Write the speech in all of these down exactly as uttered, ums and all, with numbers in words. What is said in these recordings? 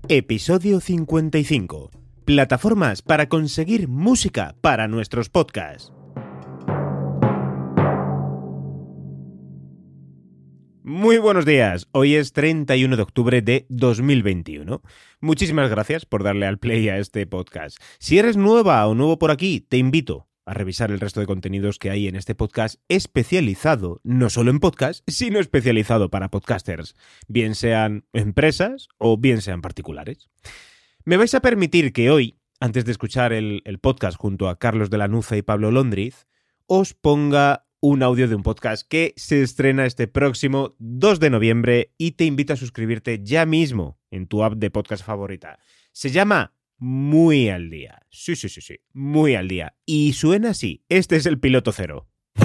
Episodio cincuenta y cinco. Plataformas para conseguir música para nuestros podcasts. Muy buenos días, hoy es treinta y uno de octubre de dos mil veintiuno. Muchísimas gracias por darle al play a este podcast. Si eres nueva o nuevo por aquí, te invito a revisar el resto de contenidos que hay en este podcast especializado, no solo en podcast, sino especializado para podcasters, bien sean empresas o bien sean particulares. Me vais a permitir que hoy, antes de escuchar el, el podcast junto a Carlos de la Nuza y Pablo Londriz, os ponga un audio de un podcast que se estrena este próximo dos de noviembre y te invito a suscribirte ya mismo en tu app de podcast favorita. Se llama Muy al Día. Sí, sí, sí, sí. Muy al Día. Y suena así. Este es el piloto cero.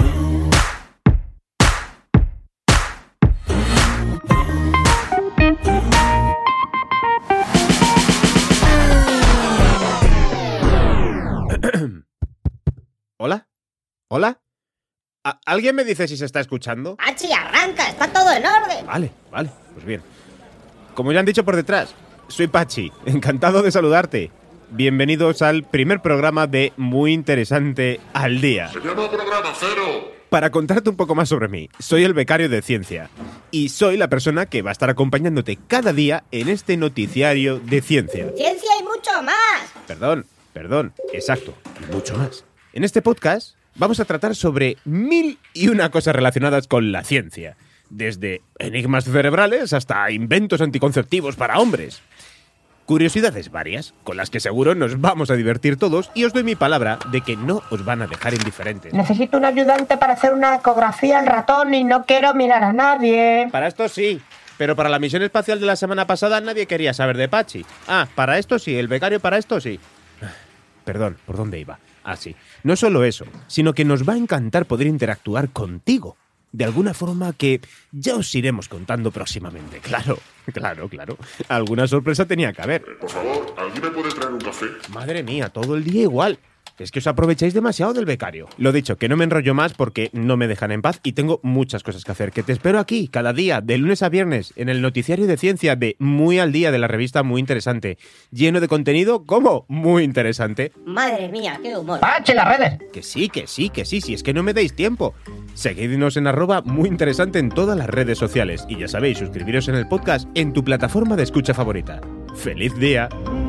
¿Hola? ¿Hola? ¿Alguien me dice si se está escuchando? ¡Pachi, arranca! ¡Está todo en orden! Vale, vale, pues bien. Como ya han dicho por detrás, soy Pachi, encantado de saludarte. Bienvenidos al primer programa de Muy Interesante al Día. ¡Se llama Programa Cero! Para contarte un poco más sobre mí, soy el becario de ciencia y soy la persona que va a estar acompañándote cada día en este noticiario de ciencia. ¡Ciencia y mucho más! Perdón, perdón, exacto, y mucho más. En este podcast vamos a tratar sobre mil y una cosas relacionadas con la ciencia, desde enigmas cerebrales hasta inventos anticonceptivos para hombres. Curiosidades varias, con las que seguro nos vamos a divertir todos y os doy mi palabra de que no os van a dejar indiferentes. Necesito un ayudante para hacer una ecografía al ratón y no quiero mirar a nadie. Para esto sí, pero para la misión espacial de la semana pasada nadie quería saber de Pachi. Ah, para esto sí, el becario para esto sí. Perdón, ¿por dónde iba? Ah, sí. No solo eso, sino que nos va a encantar poder interactuar contigo. De alguna forma que ya os iremos contando próximamente. Claro, claro, claro. Alguna sorpresa tenía que haber. Por favor, ¿alguien me puede traer un café? Madre mía, todo el día igual. Es que os aprovecháis demasiado del becario. Lo dicho, que no me enrollo más porque no me dejan en paz y tengo muchas cosas que hacer. Que te espero aquí, cada día, de lunes a viernes, en el noticiario de ciencia de Muy al Día de la revista Muy Interesante. Lleno de contenido, ¿cómo? Muy interesante. Madre mía, qué humor. ¡Pachi, las redes! Que sí, que sí, que sí, si es que no me dais tiempo. Seguidnos en arroba muy interesante en todas las redes sociales. Y ya sabéis, suscribiros en el podcast en tu plataforma de escucha favorita. ¡Feliz día!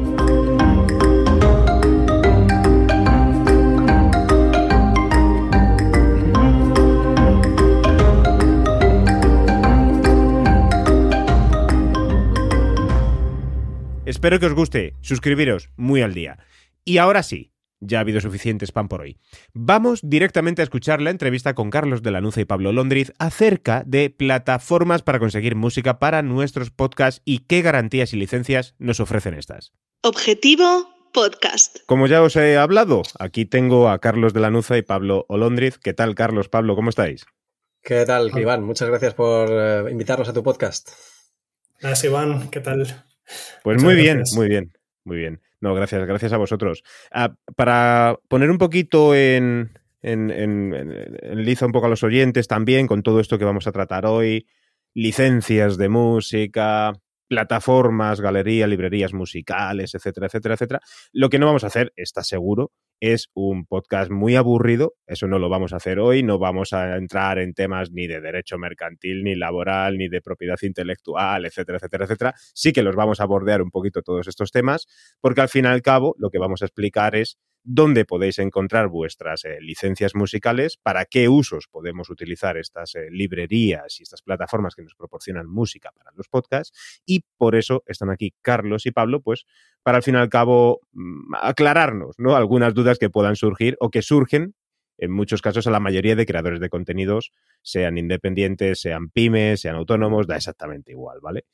Espero que os guste, suscribiros muy al día. Y ahora sí, ya ha habido suficiente spam por hoy. Vamos directamente a escuchar la entrevista con Carlos de la Nuza y Pablo Londriz acerca de plataformas para conseguir música para nuestros podcasts y qué garantías y licencias nos ofrecen estas. Objetivo Podcast. Como ya os he hablado, aquí tengo a Carlos de la Nuza y Pablo Olondriz. ¿Qué tal, Carlos, Pablo? ¿Cómo estáis? ¿Qué tal, Iván? Muchas gracias por uh, invitarnos a tu podcast. Gracias, Iván. ¿Qué tal? Pues muy bien, muy bien, muy bien. No, gracias, gracias a vosotros. Uh, para poner un poquito en, en, en, en, en liza un poco a los oyentes también con todo esto que vamos a tratar hoy, licencias de música, plataformas, galerías, librerías musicales, etcétera, etcétera, etcétera. Lo que no vamos a hacer, está seguro, es un podcast muy aburrido. Eso no lo vamos a hacer hoy. No vamos a entrar en temas ni de derecho mercantil, ni laboral, ni de propiedad intelectual, etcétera, etcétera, etcétera. Sí que los vamos a bordear un poquito todos estos temas, porque al fin y al cabo lo que vamos a explicar es dónde podéis encontrar vuestras eh, licencias musicales, para qué usos podemos utilizar estas eh, librerías y estas plataformas que nos proporcionan música para los podcasts, y por eso están aquí Carlos y Pablo, pues para al fin y al cabo aclararnos, ¿no?, algunas dudas que puedan surgir o que surgen en muchos casos a la mayoría de creadores de contenidos, sean independientes, sean pymes, sean autónomos, da exactamente igual, ¿vale?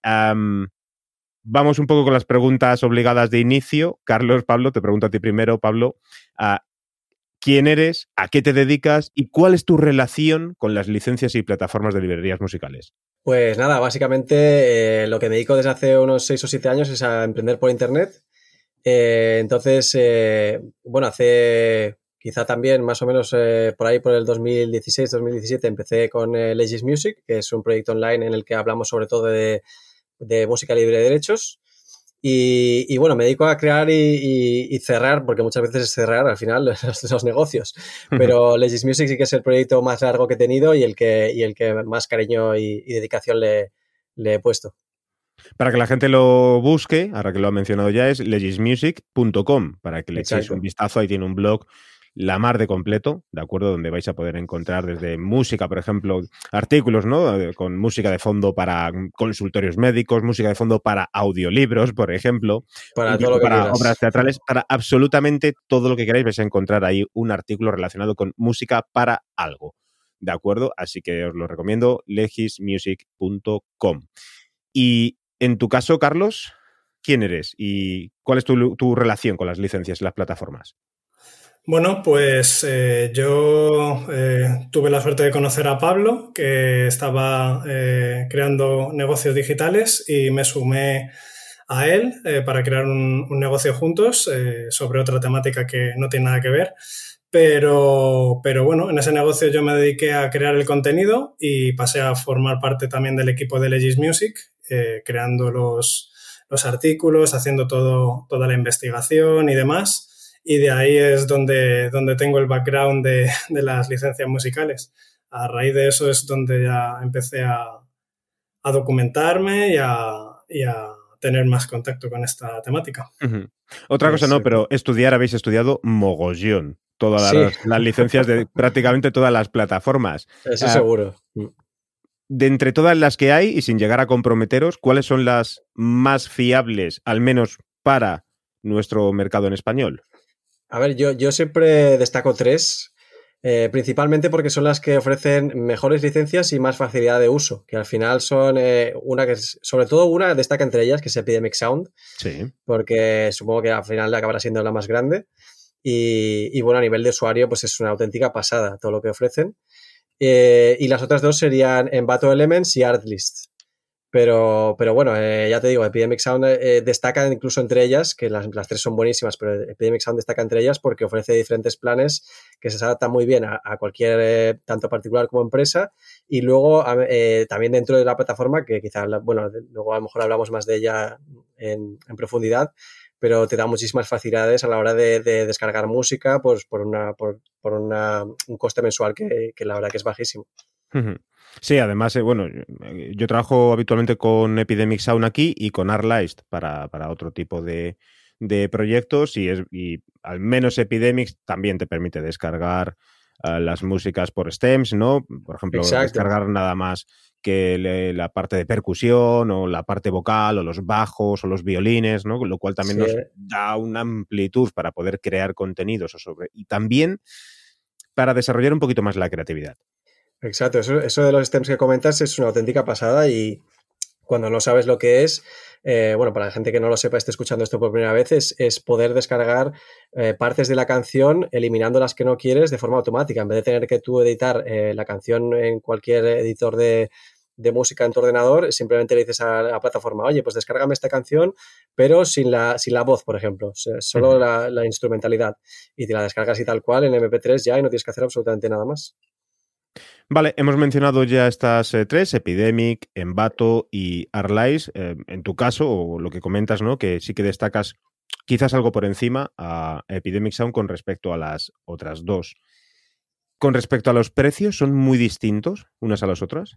Um, Vamos un poco con las preguntas obligadas de inicio. Carlos, Pablo, te pregunto a ti primero, Pablo. Uh, ¿Quién eres? ¿A qué te dedicas? ¿Y cuál es tu relación con las licencias y plataformas de librerías musicales? Pues nada, básicamente eh, lo que me dedico desde hace unos seis o siete años es a emprender por internet. Eh, entonces, eh, bueno, hace quizá también más o menos eh, por ahí por el dos mil dieciséis dos mil diecisiete empecé con eh, Legis Music, que es un proyecto online en el que hablamos sobre todo de, de música libre de derechos. Y, y bueno, me dedico a crear y, y, y cerrar, porque muchas veces es cerrar al final los, los negocios. Pero Legis Music sí que es el proyecto más largo que he tenido y el que, y el que más cariño y, y dedicación le, le he puesto. Para que la gente lo busque, ahora que lo ha mencionado ya, es legis music punto com, para que le echéis un vistazo. Ahí tiene un blog la mar de completo, ¿de acuerdo? Donde vais a poder encontrar desde música, por ejemplo, artículos, ¿no? Con música de fondo para consultorios médicos, música de fondo para audiolibros, por ejemplo, para, todo lo que para quieras. Obras teatrales, para absolutamente todo lo que queráis vais a encontrar ahí un artículo relacionado con música para algo, ¿de acuerdo? Así que os lo recomiendo, legis music punto com. Y en tu caso, Carlos, ¿quién eres y cuál es tu, tu relación con las licencias y las plataformas? Bueno, pues eh, yo eh, tuve la suerte de conocer a Pablo, que estaba eh, creando negocios digitales, y me sumé a él eh, para crear un, un negocio juntos eh, sobre otra temática que no tiene nada que ver. Pero, pero bueno, en ese negocio yo me dediqué a crear el contenido y pasé a formar parte también del equipo de Legis Music, eh, creando los, los artículos, haciendo todo, toda la investigación y demás. Y de ahí es donde, donde tengo el background de, de las licencias musicales. A raíz de eso es donde ya empecé a, a documentarme y a, y a tener más contacto con esta temática. Uh-huh. Otra cosa no, pero estudiar habéis estudiado mogollón. Todas sí. las, las licencias de prácticamente todas las plataformas. Eso uh, seguro. De entre todas las que hay, y sin llegar a comprometeros, ¿cuáles son las más fiables, al menos para nuestro mercado en español? A ver, yo, yo siempre destaco tres, eh, principalmente porque son las que ofrecen mejores licencias y más facilidad de uso, que al final son eh, una que, es, sobre todo una destaca entre ellas, que es Epidemic Sound, sí. Porque supongo que al final acabará siendo la más grande y, y bueno, a nivel de usuario pues es una auténtica pasada todo lo que ofrecen. Eh, y las otras dos serían Envato Elements y Artlist. Pero, pero bueno, eh, ya te digo, Epidemic Sound eh, destaca incluso entre ellas, que las, las tres son buenísimas, pero Epidemic Sound destaca entre ellas porque ofrece diferentes planes que se adaptan muy bien a, a cualquier, eh, tanto particular como empresa, y luego eh, también dentro de la plataforma, que quizás, bueno, luego a lo mejor hablamos más de ella en, en profundidad, pero te da muchísimas facilidades a la hora de, de descargar música pues, por, una, por, por una, un coste mensual que, que la verdad que es bajísimo. Uh-huh. Sí, además, eh, bueno, yo trabajo habitualmente con Epidemic Sound aquí y con Artlist para, para otro tipo de, de proyectos y, es, y al menos Epidemic también te permite descargar uh, las músicas por stems, ¿no? Por ejemplo, Exacto. descargar nada más que le, la parte de percusión o la parte vocal o los bajos o los violines, ¿no? Lo cual también sí. nos da una amplitud para poder crear contenidos o sobre, y también para desarrollar un poquito más la creatividad. Exacto, eso, eso de los stems que comentas es una auténtica pasada y cuando no sabes lo que es, eh, bueno, para la gente que no lo sepa, esté escuchando esto por primera vez, es, es poder descargar eh, partes de la canción eliminando las que no quieres de forma automática. En vez de tener que tú editar eh, la canción en cualquier editor de, de música en tu ordenador, simplemente le dices a la plataforma, oye, pues descárgame esta canción, pero sin la, sin la voz, por ejemplo, o sea, solo uh-huh. la, la instrumentalidad. Y te la descargas y tal cual en eme pe tres ya y no tienes que hacer absolutamente nada más. Vale, hemos mencionado ya estas eh, tres, Epidemic, Envato y Artlist. Eh, en tu caso, o lo que comentas, ¿no? Que sí que destacas quizás algo por encima a Epidemic Sound con respecto a las otras dos. Con respecto a los precios, ¿son muy distintos unas a las otras?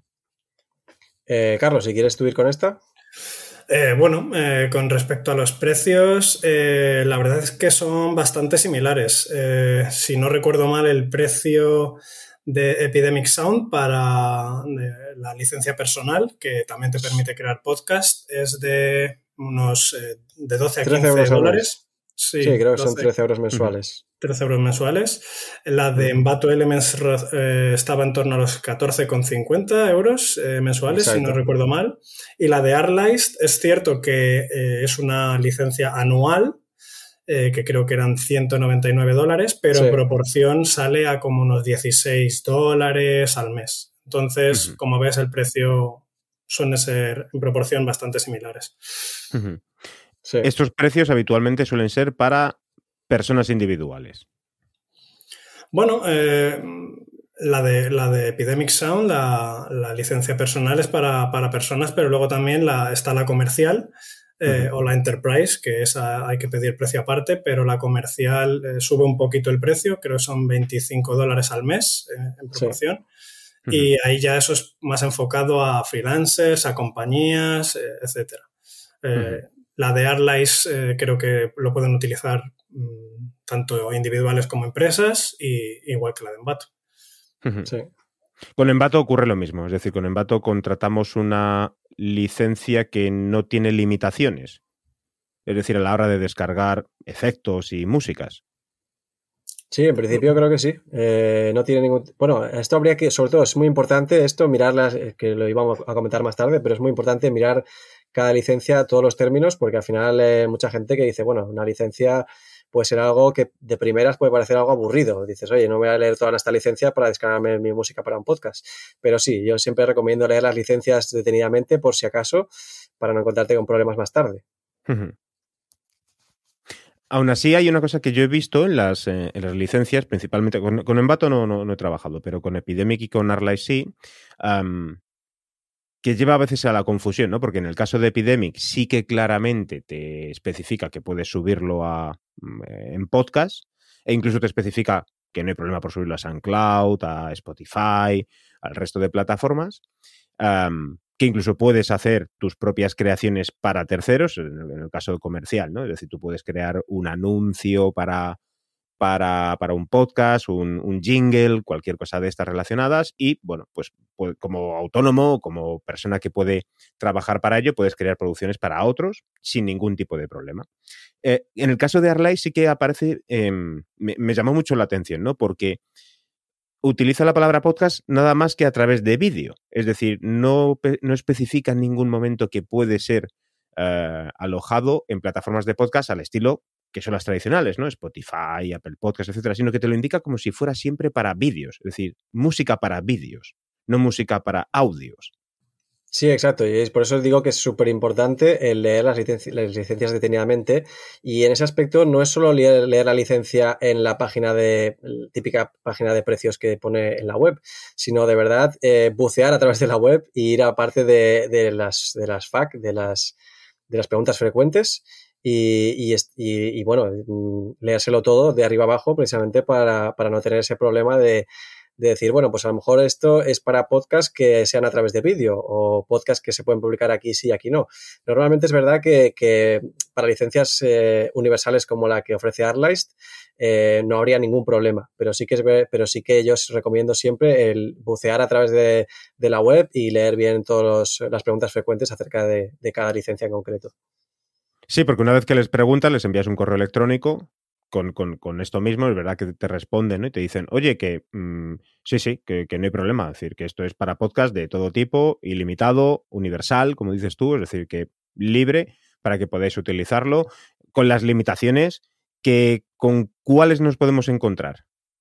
Eh, Carlos, si quieres tú ir con esta. Eh, bueno, eh, con respecto a los precios, eh, la verdad es que son bastante similares. Eh, si no recuerdo mal, el precio de Epidemic Sound para la licencia personal, que también te permite crear podcast, es de unos eh, de doce a quince dólares. Sí, sí, creo que doce, son trece euros mensuales. trece euros mensuales. La de Envato Elements eh, estaba en torno a los catorce con cincuenta euros eh, mensuales, Exacto. si no recuerdo mal. Y la de Artlist es cierto que eh, es una licencia anual, Eh, que creo que eran ciento noventa y nueve dólares, pero sí. en proporción sale a como unos dieciséis dólares al mes. Entonces, uh-huh. como ves, el precio suele ser en proporción bastante similares. Uh-huh. Sí. Estos precios habitualmente suelen ser para personas individuales. Bueno, eh, la, de, la de Epidemic Sound, la, la licencia personal es para, para personas, pero luego también la, está la comercial, eh, uh-huh. o la Enterprise, que esa hay que pedir precio aparte, pero la comercial eh, sube un poquito el precio, creo que son veinticinco dólares al mes eh, en proporción. Sí. Uh-huh. Y ahí ya eso es más enfocado a freelancers, a compañías, eh, etcétera. Eh, uh-huh. La de Arlight eh, creo que lo pueden utilizar mmm, tanto individuales como empresas, y igual que la de Envato. Uh-huh. Sí. Con Envato ocurre lo mismo, es decir, con Envato contratamos una licencia que no tiene limitaciones, es decir, a la hora de descargar efectos y músicas. Sí, en principio creo que sí. Eh, no tiene ningún... Bueno, esto habría que, sobre todo, es muy importante esto, mirarlas, que lo íbamos a comentar más tarde, pero es muy importante mirar cada licencia, todos los términos, porque al final eh, mucha gente que dice, bueno, una licencia puede ser algo que de primeras puede parecer algo aburrido. Dices, oye, no voy a leer toda esta licencia para descargarme mi música para un podcast. Pero sí, yo siempre recomiendo leer las licencias detenidamente por si acaso, para no encontrarte con problemas más tarde. Uh-huh. Aún así, hay una cosa que yo he visto en las, eh, en las licencias, principalmente con, con Envato no, no, no he trabajado, pero con Epidemic y con Arlight sí, um, que lleva a veces a la confusión, ¿no? Porque en el caso de Epidemic sí que claramente te especifica que puedes subirlo a, en podcast, e incluso te especifica que no hay problema por subirlo a SoundCloud, a Spotify, al resto de plataformas, um, que incluso puedes hacer tus propias creaciones para terceros, en el, en el caso comercial, ¿no? Es decir, tú puedes crear un anuncio para, para, para un podcast, un, un jingle, cualquier cosa de estas relacionadas, y bueno, pues, pues como autónomo, como persona que puede trabajar para ello, puedes crear producciones para otros sin ningún tipo de problema. Eh, en el caso de Arlight sí que aparece, eh, me, me llamó mucho la atención, ¿no? Porque utiliza la palabra podcast nada más que a través de vídeo. Es decir, no, no especifica en ningún momento que puede ser uh, alojado en plataformas de podcast al estilo que son las tradicionales, ¿no? Spotify, Apple Podcasts, etcétera, sino que te lo indica como si fuera siempre para vídeos. Es decir, música para vídeos, no música para audios. Sí, exacto, y es por eso os digo que es súper importante el leer las, licenci- las licencias detenidamente, y en ese aspecto no es solo leer, leer la licencia en la página de, la típica página de precios que pone en la web, sino de verdad eh, bucear a través de la web e ir a parte de, de las de las F A Q, de las, de las preguntas frecuentes, y, y, y, y bueno, leérselo todo de arriba abajo precisamente para, para no tener ese problema de de decir, bueno, pues a lo mejor esto es para podcasts que sean a través de vídeo o podcasts que se pueden publicar aquí sí y aquí no. Normalmente es verdad que, que para licencias eh, universales como la que ofrece Arlight eh, no habría ningún problema, pero sí que es pero sí que yo os recomiendo siempre el bucear a través de, de la web y leer bien todas las preguntas frecuentes acerca de, de cada licencia en concreto. Sí, porque una vez que les preguntas, les envías un correo electrónico Con, con, con esto mismo, es verdad que te responden, ¿no? Y te dicen, oye, que mmm, sí, sí, que, que no hay problema. Es decir, que esto es para podcast de todo tipo, ilimitado, universal, como dices tú, es decir, que libre para que podáis utilizarlo con las limitaciones que con cuáles nos podemos encontrar.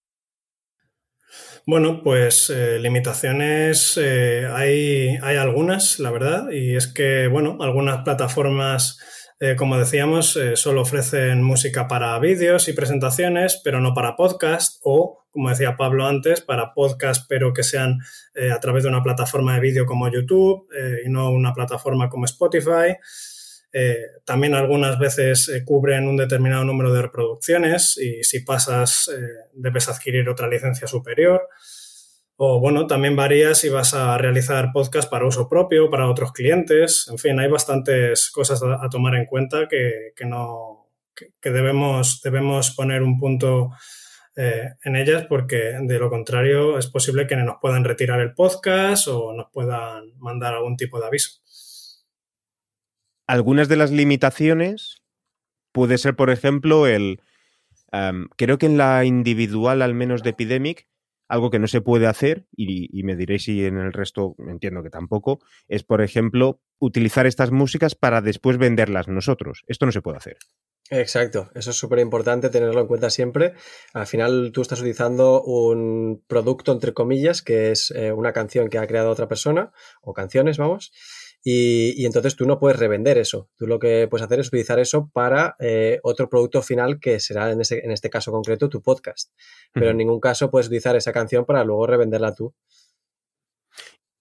Bueno, pues eh, limitaciones eh, hay, hay algunas, la verdad, y es que, bueno, algunas plataformas... Eh, como decíamos, eh, solo ofrecen música para vídeos y presentaciones, pero no para podcast, o, como decía Pablo antes, para podcast, pero que sean eh, a través de una plataforma de vídeo como YouTube eh, y no una plataforma como Spotify. Eh, también algunas veces eh, cubren un determinado número de reproducciones y si pasas eh, debes adquirir otra licencia superior. O, bueno, también varía si vas a realizar podcast para uso propio, para otros clientes. En fin, hay bastantes cosas a, a tomar en cuenta que, que, no, que, que debemos, debemos poner un punto eh, en ellas, porque de lo contrario es posible que nos puedan retirar el podcast o nos puedan mandar algún tipo de aviso. Algunas de las limitaciones puede ser, por ejemplo, el... Um, creo que en la individual, al menos de Epidemic, algo que no se puede hacer, y, y me diréis si en el resto entiendo que tampoco, es, por ejemplo, utilizar estas músicas para después venderlas nosotros. Esto no se puede hacer. Exacto, eso es súper importante tenerlo en cuenta siempre. Al final tú estás utilizando un producto, entre comillas, que es eh, una canción que ha creado otra persona, o canciones, vamos, y, y entonces tú no puedes revender eso. Tú lo que puedes hacer es utilizar eso para eh, otro producto final que será en este, en este caso concreto tu podcast. Pero uh-huh. en ningún caso puedes utilizar esa canción para luego revenderla tú.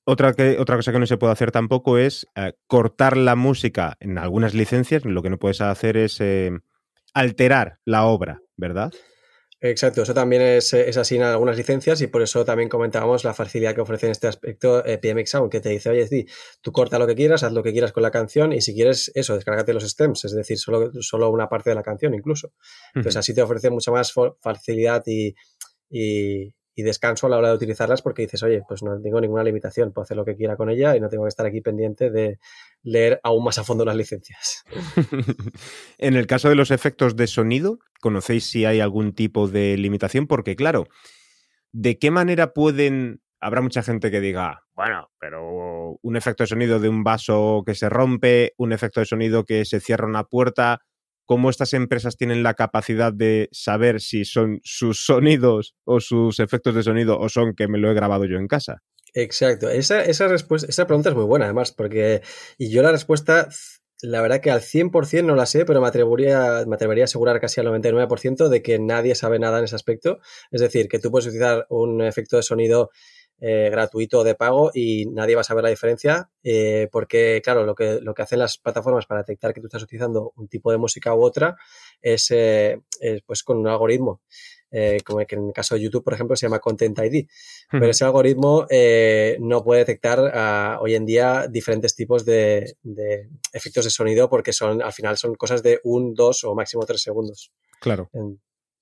Otra, que, otra cosa que no se puede hacer tampoco es eh, cortar la música en algunas licencias. Lo que no puedes hacer es eh, alterar la obra, ¿verdad? Exacto, eso también es, es así en algunas licencias y por eso también comentábamos la facilidad que ofrece en este aspecto eh, P M X Sound, que te dice, oye, sí, tú corta lo que quieras, haz lo que quieras con la canción y si quieres eso, descárgate los stems, es decir, solo, solo una parte de la canción incluso. Entonces uh-huh. así te ofrece mucha más facilidad y, y, y descanso a la hora de utilizarlas porque dices, oye, pues no tengo ninguna limitación, puedo hacer lo que quiera con ella y no tengo que estar aquí pendiente de leer aún más a fondo las licencias. En el caso de los efectos de sonido, ¿conocéis si hay algún tipo de limitación? Porque claro, ¿de qué manera pueden...? Habrá mucha gente que diga, bueno, pero un efecto de sonido de un vaso que se rompe, un efecto de sonido que se cierra una puerta, ¿cómo estas empresas tienen la capacidad de saber si son sus sonidos o sus efectos de sonido o son que me lo he grabado yo en casa? Exacto, esa, esa, respuesta, esa pregunta es muy buena además, porque y yo la respuesta, la verdad que al cien por ciento no la sé, pero me atrevería, me atrevería a asegurar casi al noventa y nueve por ciento de que nadie sabe nada en ese aspecto. Es decir, que tú puedes utilizar un efecto de sonido eh, gratuito o de pago y nadie va a saber la diferencia, eh, porque claro, lo que, lo que hacen las plataformas para detectar que tú estás utilizando un tipo de música u otra es, eh, es pues con un algoritmo. Eh, como que en el caso de YouTube, por ejemplo, se llama Content I D. Uh-huh. Pero ese algoritmo eh, no puede detectar uh, hoy en día diferentes tipos de, de efectos de sonido porque son al final son cosas de un, dos o máximo tres segundos. Claro. En...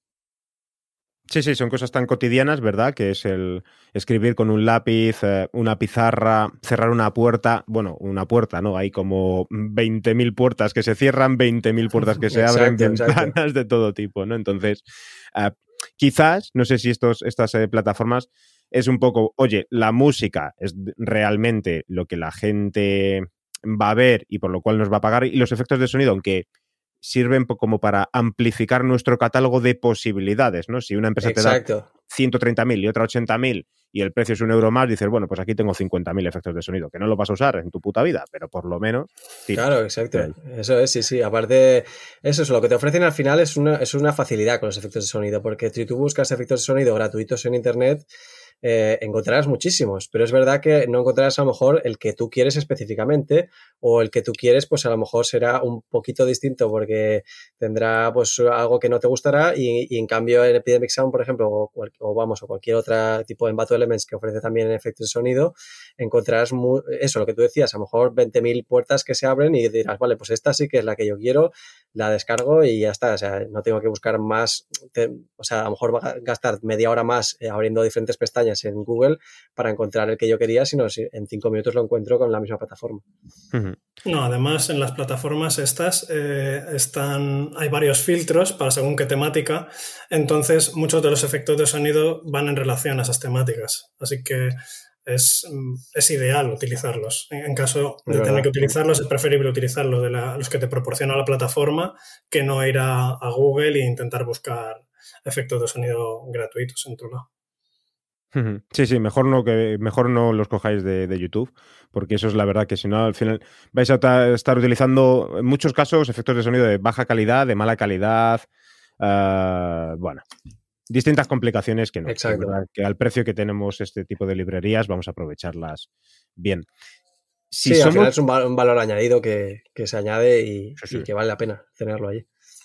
Sí, sí, son cosas tan cotidianas, ¿verdad? Que es el escribir con un lápiz, eh, una pizarra, cerrar una puerta. Bueno, una puerta, ¿no? Hay como veinte mil puertas que se cierran, veinte mil puertas que se exacto, abren, ventanas exacto. de todo tipo, ¿no? Entonces... Uh, Quizás, no sé si estos, estas eh, plataformas es un poco, oye, la música es realmente lo que la gente va a ver y por lo cual nos va a pagar y los efectos de sonido, aunque sirven como para amplificar nuestro catálogo de posibilidades, ¿no? Si una empresa Exacto. te da ciento treinta mil y otra ochenta mil y el precio es un euro más, dices, bueno, pues aquí tengo cincuenta mil efectos de sonido, que no lo vas a usar en tu puta vida, pero por lo menos... Tira. Claro, exacto. Eso es, sí, sí. Aparte, eso es, lo que te ofrecen al final es una, es una facilidad con los efectos de sonido, porque si tú buscas efectos de sonido gratuitos en Internet, eh, encontrarás muchísimos, pero es verdad que no encontrarás a lo mejor el que tú quieres específicamente o el que tú quieres pues a lo mejor será un poquito distinto porque tendrá pues algo que no te gustará y, y en cambio en Epidemic Sound, por ejemplo, o, cual, o vamos, o cualquier otro tipo de Envato Elements que ofrece también efectos de sonido, encontrarás muy, eso, lo que tú decías, a lo mejor veinte mil puertas que se abren y dirás, vale, pues esta sí que es la que yo quiero, la descargo y ya está, o sea, no tengo que buscar más, te, o sea, a lo mejor va a gastar media hora más eh, abriendo diferentes pestañas en Google para encontrar el que yo quería, sino si en cinco minutos lo encuentro con la misma plataforma. Uh-huh. No, además en las plataformas estas eh, están, hay varios filtros para según qué temática, entonces muchos de los efectos de sonido van en relación a esas temáticas, así que es, es ideal utilizarlos. En caso de tener verdad. que utilizarlos, es preferible utilizarlos de la, los que te proporciona la plataforma que no ir a, a Google e intentar buscar efectos de sonido gratuitos en tu lado. Sí, sí, mejor no que mejor no los cojáis de, de YouTube, porque eso es la verdad que si no al final vais a ta- estar utilizando en muchos casos efectos de sonido de baja calidad, de mala calidad, uh, bueno, distintas complicaciones que no. Exacto. Que, verdad, que al precio que tenemos este tipo de librerías vamos a aprovecharlas bien. Si sí, somos... al final es un, val- un valor añadido que, que se añade y, sí, sí. y que vale la pena tenerlo allí.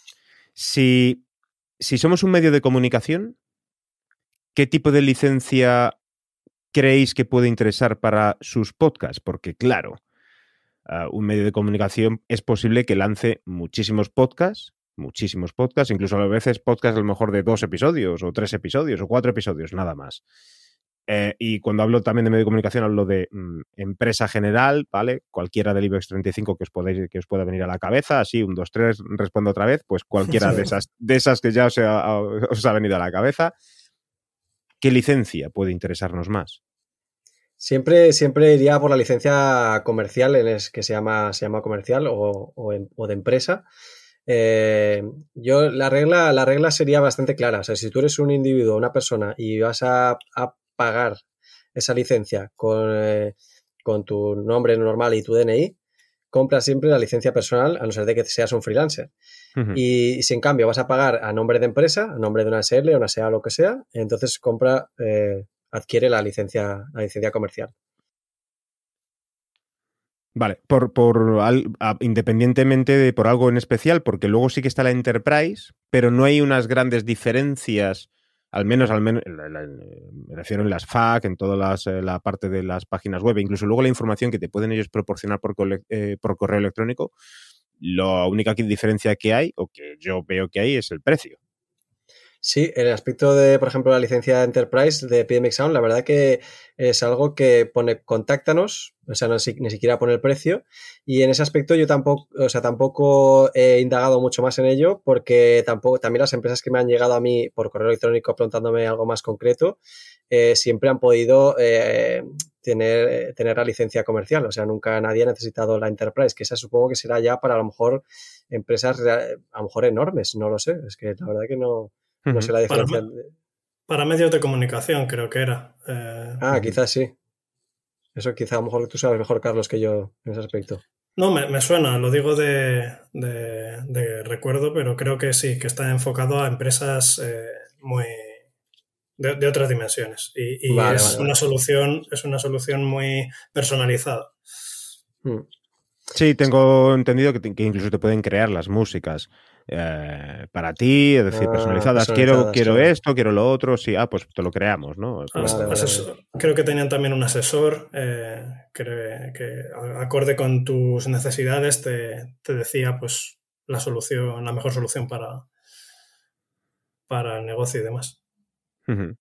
Si, si somos un medio de comunicación, ¿qué tipo de licencia creéis que puede interesar para sus podcasts? Porque, claro, uh, un medio de comunicación es posible que lance muchísimos podcasts, muchísimos podcasts, incluso a veces podcasts a lo mejor de dos episodios, o tres episodios, o cuatro episodios, nada más. Eh, y cuando hablo también de medio de comunicación, hablo de mm, empresa general, ¿vale? Cualquiera del IBEX treinta y cinco que os, podéis, que os pueda venir a la cabeza, así, un, dos, tres, respondo otra vez, pues cualquiera de esas, de esas que ya os ha, os ha venido a la cabeza. ¿Qué licencia puede interesarnos más? Siempre, siempre iría por la licencia comercial, en es que se llama, se llama comercial o, o, en, o de empresa. Eh, yo la regla, la regla sería bastante clara. O sea, si tú eres un individuo, una persona, y vas a, a pagar esa licencia con, eh, con tu nombre normal y tu D N I, compra siempre la licencia personal, a no ser de que seas un freelancer. Uh-huh. Y si en cambio vas a pagar a nombre de empresa, a nombre de una S L, una S E A o lo que sea, entonces compra, eh, adquiere la licencia, la licencia comercial. Vale, por, por al, a, independientemente de por algo en especial, porque luego sí que está la Enterprise, pero no hay unas grandes diferencias, al menos, al menos la, la, me refiero en las F A Q, en toda las, la parte de las páginas web, incluso luego la información que te pueden ellos proporcionar por, eh, por correo electrónico, la única diferencia que hay, o que yo veo que hay, es el precio. Sí, en el aspecto de, por ejemplo, la licencia Enterprise de Epidemic Sound, la verdad que es algo que pone contáctanos, o sea, no, ni siquiera pone el precio, y en ese aspecto yo tampoco, o sea, tampoco he indagado mucho más en ello, porque tampoco, también las empresas que me han llegado a mí por correo electrónico preguntándome algo más concreto, eh, siempre han podido eh, tener, tener la licencia comercial, o sea, nunca nadie ha necesitado la Enterprise, que esa supongo que será ya para a lo mejor empresas a lo mejor enormes, no lo sé, es que la verdad que no... No sé la diferencia. Para, para medios de comunicación, creo que era. Eh, ah, quizás sí. Eso quizá a lo mejor tú sabes mejor, Carlos, que yo en ese aspecto. No, me, me suena, lo digo de, de, de recuerdo, pero creo que sí, que está enfocado a empresas eh, muy de, de otras dimensiones. Y, y vale, es vale, una vale. solución, es una solución muy personalizada. Hmm. Sí, tengo entendido que, te, que incluso te pueden crear las músicas eh, para ti, es decir, ah, personalizadas. personalizadas. Quiero, quiero claro. esto, quiero lo otro. Sí, ah, pues te lo creamos, ¿no? Vale, vale, asesor, vale. Creo que tenían también un asesor eh, que, que, acorde con tus necesidades, te, te decía pues la solución, la mejor solución para, para el negocio y demás. Uh-huh.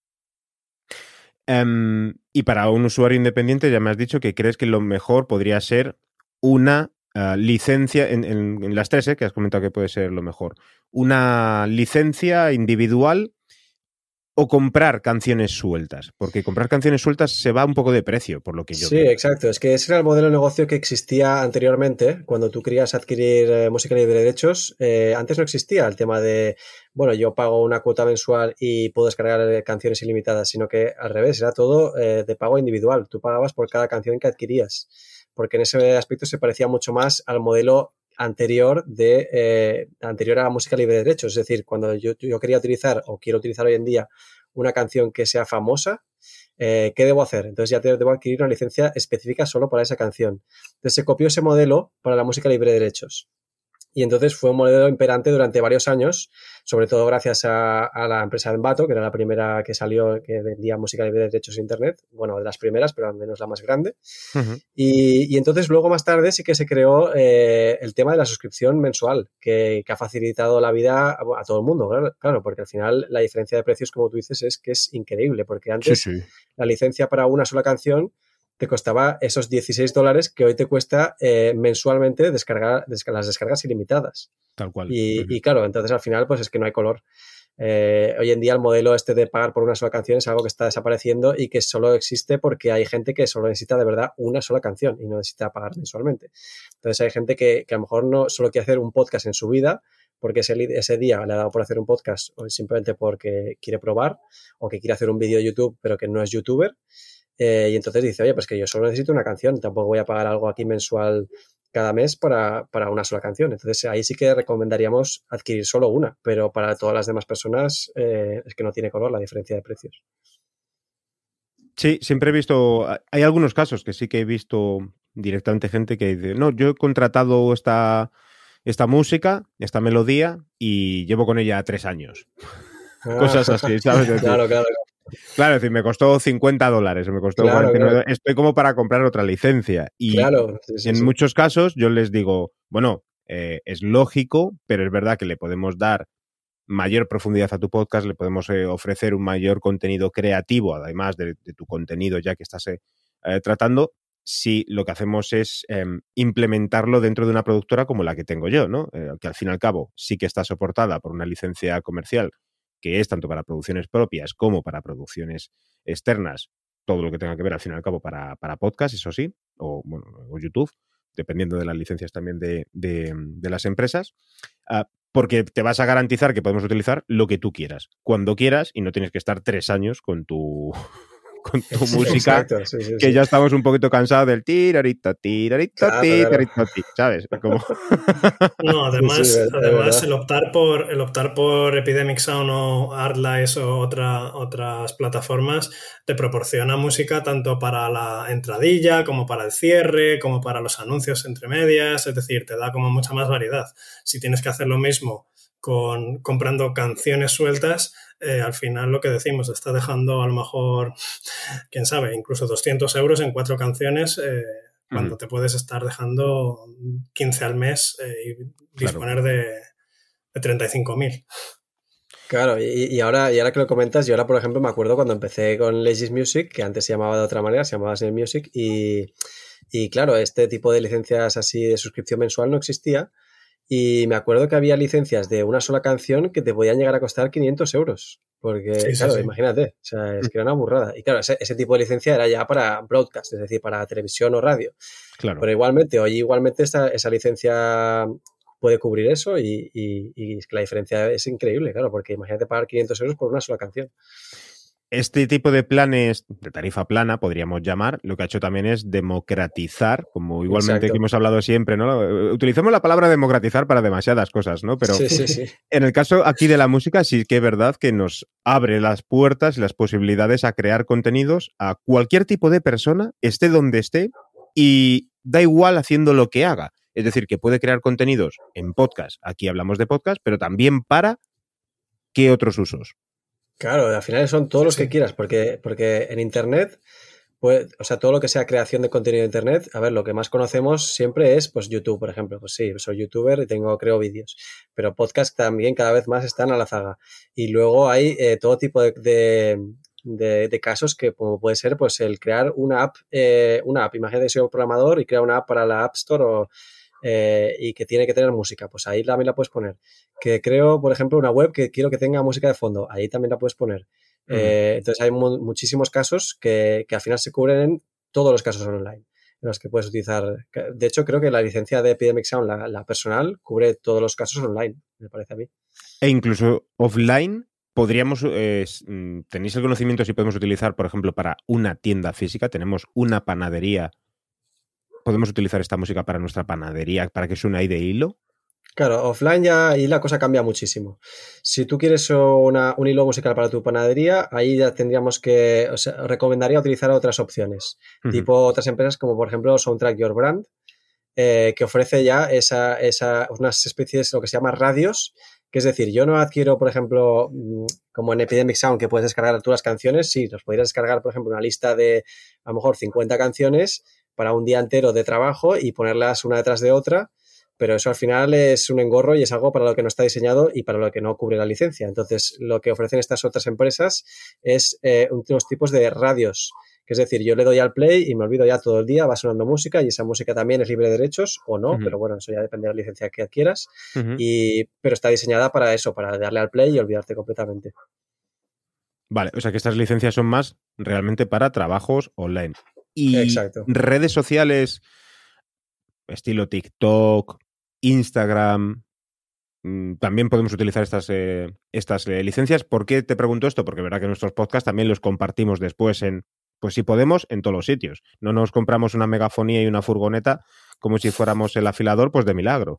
Um, y para un usuario independiente, ya me has dicho que crees que lo mejor podría ser una uh, licencia, en, en, en las tres, ¿eh? Que has comentado que puede ser lo mejor, una licencia individual o comprar canciones sueltas, porque comprar canciones sueltas se va un poco de precio, por lo que yo Sí, veo. exacto. Es que ese era el modelo de negocio que existía anteriormente, cuando tú querías adquirir eh, música libre de derechos. Eh, antes no existía el tema de, bueno, yo pago una cuota mensual y puedo descargar canciones ilimitadas, sino que al revés, era todo eh, de pago individual. Tú pagabas por cada canción que adquirías, porque en ese aspecto se parecía mucho más al modelo anterior de eh, anterior a la música libre de derechos. Es decir, cuando yo, yo quería utilizar o quiero utilizar hoy en día una canción que sea famosa, eh, ¿qué debo hacer? Entonces ya debo adquirir una licencia específica solo para esa canción. Entonces se copió ese modelo para la música libre de derechos. Y entonces fue un modelo imperante durante varios años, sobre todo gracias a, a la empresa Envato, que era la primera que salió, que vendía música libre de derechos en Internet. Bueno, de las primeras, pero al menos la más grande. Uh-huh. Y, y entonces luego más tarde sí que se creó eh, el tema de la suscripción mensual, que, que ha facilitado la vida a, a todo el mundo, claro, claro, porque al final la diferencia de precios, como tú dices, es que es increíble, porque antes sí, sí. la licencia para una sola canción te costaba esos dieciséis dólares que hoy te cuesta eh, mensualmente descargar, descargar las descargas ilimitadas. Tal cual. Y, uh-huh. y claro, entonces al final pues es que no hay color. Eh, hoy en día el modelo este de pagar por una sola canción es algo que está desapareciendo y que solo existe porque hay gente que solo necesita de verdad una sola canción y no necesita pagar mensualmente. Entonces hay gente que, que a lo mejor no solo quiere hacer un podcast en su vida porque ese, ese día le ha dado por hacer un podcast o simplemente porque quiere probar o que quiere hacer un vídeo de YouTube pero que no es youtuber. Eh, y entonces dice, oye, pues que yo solo necesito una canción, tampoco voy a pagar algo aquí mensual cada mes para, para una sola canción. Entonces ahí sí que recomendaríamos adquirir solo una, pero para todas las demás personas eh, es que no tiene color la diferencia de precios. Sí, siempre he visto, hay algunos casos que sí que he visto directamente gente que dice, no, yo he contratado esta, esta música, esta melodía y llevo con ella tres años. Ah, Cosas así, ¿sabes? Claro, claro, claro. Claro, es decir, me costó cincuenta dólares, me costó claro, cuarenta y nueve. Claro. Estoy como para comprar otra licencia. Y claro, sí, sí, en sí. muchos casos yo les digo, bueno, eh, es lógico, pero es verdad que le podemos dar mayor profundidad a tu podcast, le podemos eh, ofrecer un mayor contenido creativo, además de, de tu contenido ya que estás eh, eh, tratando, si lo que hacemos es eh, implementarlo dentro de una productora como la que tengo yo, ¿no? Eh, que al fin y al cabo sí que está soportada por una licencia comercial que es tanto para producciones propias como para producciones externas, todo lo que tenga que ver al fin y al cabo para, para podcast, eso sí, o, bueno, o YouTube, dependiendo de las licencias también de, de, de las empresas, uh, porque te vas a garantizar que podemos utilizar lo que tú quieras, cuando quieras, y no tienes que estar tres años con tu, con tu música, Exacto, sí, sí, que sí. ya estamos un poquito cansados del tirarito, tirarito, Claro, tirarito, claro. ¿sabes? Como... No, además, Sí, sí, es además verdad. el optar por el optar por Epidemic Sound o Artlist o otra, otras plataformas te proporciona música tanto para la entradilla como para el cierre, como para los anuncios entre medias, es decir, te da como mucha más variedad. Si tienes que hacer lo mismo con comprando canciones sueltas, eh, al final lo que decimos, está dejando a lo mejor, quién sabe, incluso doscientos euros en cuatro canciones, eh, cuando te puedes estar dejando quince al mes eh, y disponer claro. de, de treinta y cinco mil. Claro, y, y, ahora, y ahora que lo comentas, yo ahora, por ejemplo, me acuerdo cuando empecé con Legis Music, que antes se llamaba de otra manera, se llamaba Snare Music, y, y claro, este tipo de licencias así de suscripción mensual no existía, y me acuerdo que había licencias de una sola canción que te podían llegar a costar quinientos euros, porque, sí, claro, sí, sí. imagínate, o sea, es que era una burrada. Y claro, ese, ese tipo de licencia era ya para broadcast, es decir, para televisión o radio. Claro. Pero igualmente, hoy igualmente esta, esa licencia puede cubrir eso y, y, y la diferencia es increíble, claro, porque imagínate pagar quinientos euros por una sola canción. Este tipo de planes de tarifa plana, podríamos llamar, lo que ha hecho también es democratizar, como igualmente Exacto. que hemos hablado siempre, ¿no? Utilizamos la palabra democratizar para demasiadas cosas, ¿no? Pero sí, sí, sí. en el caso aquí de la música sí que es verdad que nos abre las puertas y las posibilidades a crear contenidos a cualquier tipo de persona, esté donde esté, y da igual haciendo lo que haga. Es decir, que puede crear contenidos en podcast, aquí hablamos de podcast, pero también para ¿qué otros usos? Claro, al final son todos los que quieras, porque, porque en Internet, pues, o sea, todo lo que sea creación de contenido de Internet, a ver, lo que más conocemos siempre es, pues, YouTube, por ejemplo. Pues sí, soy youtuber y tengo, creo vídeos, pero podcast también cada vez más están a la zaga. Y luego hay eh, todo tipo de, de, de, de casos que, como puede ser, pues, el crear una app, eh, una app, imagínate que soy un programador y crea una app para la App Store o... Eh, y que tiene que tener música, pues ahí también la puedes poner. Que creo, por ejemplo, una web que quiero que tenga música de fondo, ahí también la puedes poner. Uh-huh. Eh, entonces hay mu- muchísimos casos que, que al final se cubren en todos los casos online en los que puedes utilizar. De hecho, creo que la licencia de Epidemic Sound, la, la personal, cubre todos los casos online, me parece a mí. E incluso offline, podríamos, eh, ¿tenéis el conocimiento si podemos utilizar, por ejemplo, para una tienda física? Tenemos una panadería. ¿Podemos utilizar esta música para nuestra panadería, para que suene ahí de hilo? Claro, offline ya ahí la cosa cambia muchísimo. Si tú quieres una, un hilo musical para tu panadería, ahí ya tendríamos que, o sea, recomendaría utilizar otras opciones, uh-huh. tipo otras empresas como por ejemplo Soundtrack Your Brand, eh, que ofrece ya esa, esa, unas especies, lo que se llama radios, que es decir, yo no adquiero, por ejemplo, como en Epidemic Sound, que puedes descargar tú las canciones, sí, los podrías descargar, por ejemplo, una lista de a lo mejor cincuenta canciones para un día entero de trabajo y ponerlas una detrás de otra, pero eso al final es un engorro y es algo para lo que no está diseñado y para lo que no cubre la licencia. Entonces, lo que ofrecen estas otras empresas es eh, unos tipos de radios, que es decir, yo le doy al play y me olvido ya todo el día, va sonando música y esa música también es libre de derechos o no, uh-huh. pero bueno, eso ya depende de la licencia que adquieras, uh-huh. y, pero está diseñada para eso, para darle al play y olvidarte completamente. Vale, o sea que estas licencias son más realmente para trabajos online. Y Exacto. Redes sociales estilo TikTok, Instagram, mmm, también podemos utilizar estas, eh, estas eh, licencias. ¿Por qué te pregunto esto? Porque verá que nuestros podcasts también los compartimos después en, pues si podemos, en todos los sitios. No nos compramos una megafonía y una furgoneta como si fuéramos el afilador, pues de milagro.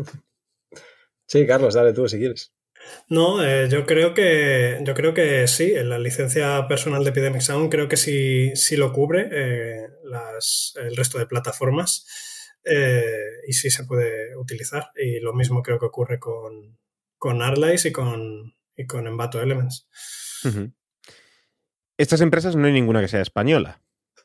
Sí, Carlos, dale tú si quieres. No, eh, yo creo que yo creo que sí, la licencia personal de Epidemic Sound creo que sí, sí lo cubre eh, las, el resto de plataformas eh, y sí se puede utilizar. Y lo mismo creo que ocurre con, con Artlist y con, y con Envato Elements. Uh-huh. Estas empresas no hay ninguna que sea española.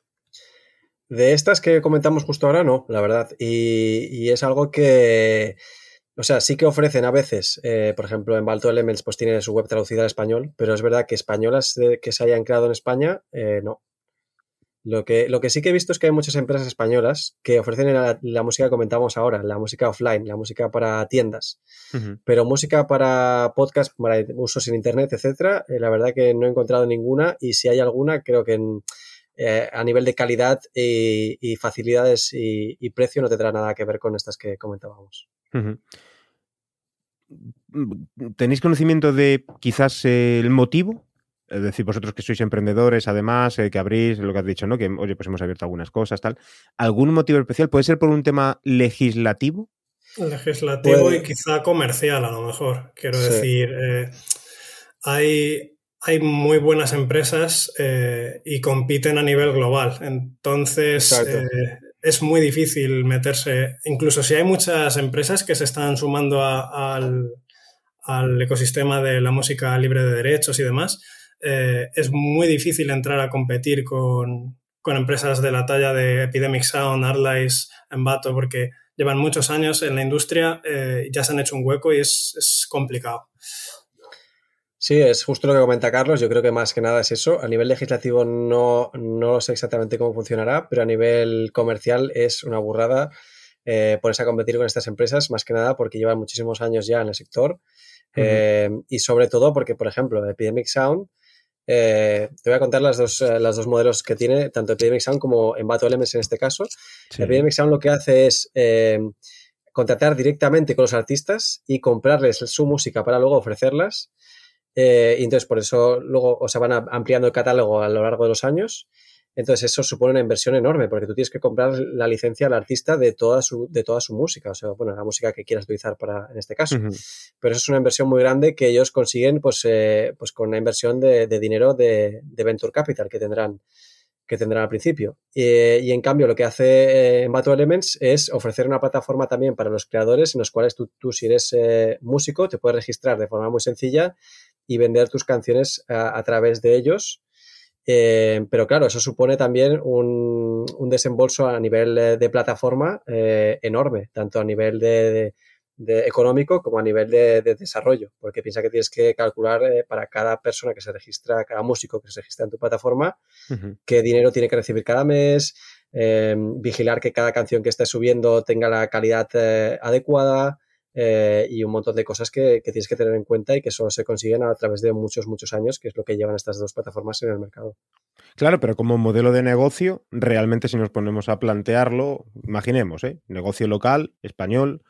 De estas que comentamos justo ahora, no, la verdad. Y, y es algo que... O sea, sí que ofrecen a veces, eh, por ejemplo, Envato Elements pues tiene su web traducida al español, pero es verdad que españolas de, que se hayan creado en España, eh, no. Lo que, lo que sí que he visto es que hay muchas empresas españolas que ofrecen la, la música que comentábamos ahora, la música offline, la música para tiendas, uh-huh. pero música para podcast, para usos en internet, etcétera, eh, la verdad que no he encontrado ninguna y si hay alguna, creo que en, eh, a nivel de calidad y, y facilidades y, y precio no tendrá nada que ver con estas que comentábamos. Uh-huh. ¿Tenéis conocimiento de quizás eh, el motivo? es decir, vosotros que sois emprendedores, además, eh, que abrís, lo que has dicho, ¿no? Que, oye, pues hemos abierto algunas cosas, tal. ¿Algún motivo especial? ¿Puede ser por un tema legislativo? Legislativo Pues, y quizá comercial, a lo mejor. Quiero sí. decir, eh, hay, hay muy buenas empresas eh, y compiten a nivel global. Entonces, eh, es muy difícil meterse. Incluso si hay muchas empresas que se están sumando a, al, al ecosistema de la música libre de derechos y demás, eh, es muy difícil entrar a competir con, con empresas de la talla de Epidemic Sound, Arliss, Envato, porque llevan muchos años en la industria, eh, ya se han hecho un hueco y es, es complicado. Sí, es justo lo que comenta Carlos. Yo creo que más que nada es eso. A nivel legislativo no, no sé exactamente cómo funcionará, pero a nivel comercial es una burrada eh, ponerse a competir con estas empresas, más que nada porque llevan muchísimos años ya en el sector. Uh-huh. eh, y sobre todo porque, por ejemplo, Epidemic Sound, eh, te voy a contar las dos, eh, las dos modelos que tiene, tanto Epidemic Sound como Envato Elements en este caso. Sí. Epidemic Sound lo que hace es eh, contratar directamente con los artistas y comprarles su música para luego ofrecerlas. Eh, y entonces por eso luego o sea, van a, ampliando el catálogo a lo largo de los años. Entonces eso supone una inversión enorme porque tú tienes que comprar la licencia al artista de toda su, de toda su música, o sea, bueno, la música que quieras utilizar para, en este caso. Uh-huh. Pero eso es una inversión muy grande que ellos consiguen pues, eh, pues con una inversión de, de dinero de, de Venture Capital que tendrán, que tendrán al principio. Y, y en cambio lo que hace Envato Elements es ofrecer una plataforma también para los creadores en los cuales tú, tú si eres eh, músico te puedes registrar de forma muy sencilla y vender tus canciones a, a través de ellos. Eh, pero claro, eso supone también un, un desembolso a nivel de, de plataforma eh, enorme, tanto a nivel de, de, de económico como a nivel de, de desarrollo, porque piensa que tienes que calcular eh, para cada persona que se registra, cada músico que se registra en tu plataforma, uh-huh. qué dinero tiene que recibir cada mes, eh, vigilar que cada canción que estés subiendo tenga la calidad eh, adecuada. Eh, y un montón de cosas que, que tienes que tener en cuenta y que solo se consiguen a través de muchos, muchos años, que es lo que llevan estas dos plataformas en el mercado. Claro, pero como modelo de negocio, realmente si nos ponemos a plantearlo, imaginemos, ¿eh? Negocio local, español,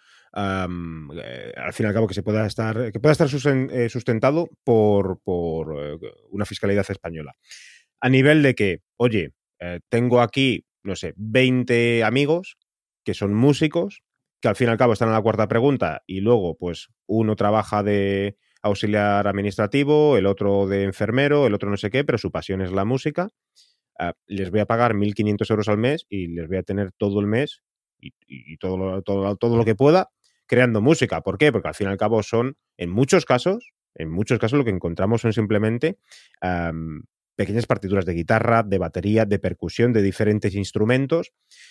um, eh, al fin y al cabo que se pueda estar, que pueda estar sustentado por, por eh, una fiscalidad española. A nivel de que, oye, eh, tengo aquí, no sé, veinte amigos que son músicos, que al fin y al cabo están en la cuarta pregunta y luego pues uno trabaja de auxiliar administrativo, el otro de enfermero, el otro no sé qué, pero su pasión es la música. Uh, les voy a pagar mil quinientos euros al mes y les voy a tener todo el mes y, y todo, lo, todo, todo lo que pueda creando música. ¿Por qué? Porque al fin y al cabo son, en muchos casos, en muchos casos lo que encontramos son simplemente um, pequeñas partituras de guitarra, de batería, de percusión, de diferentes instrumentos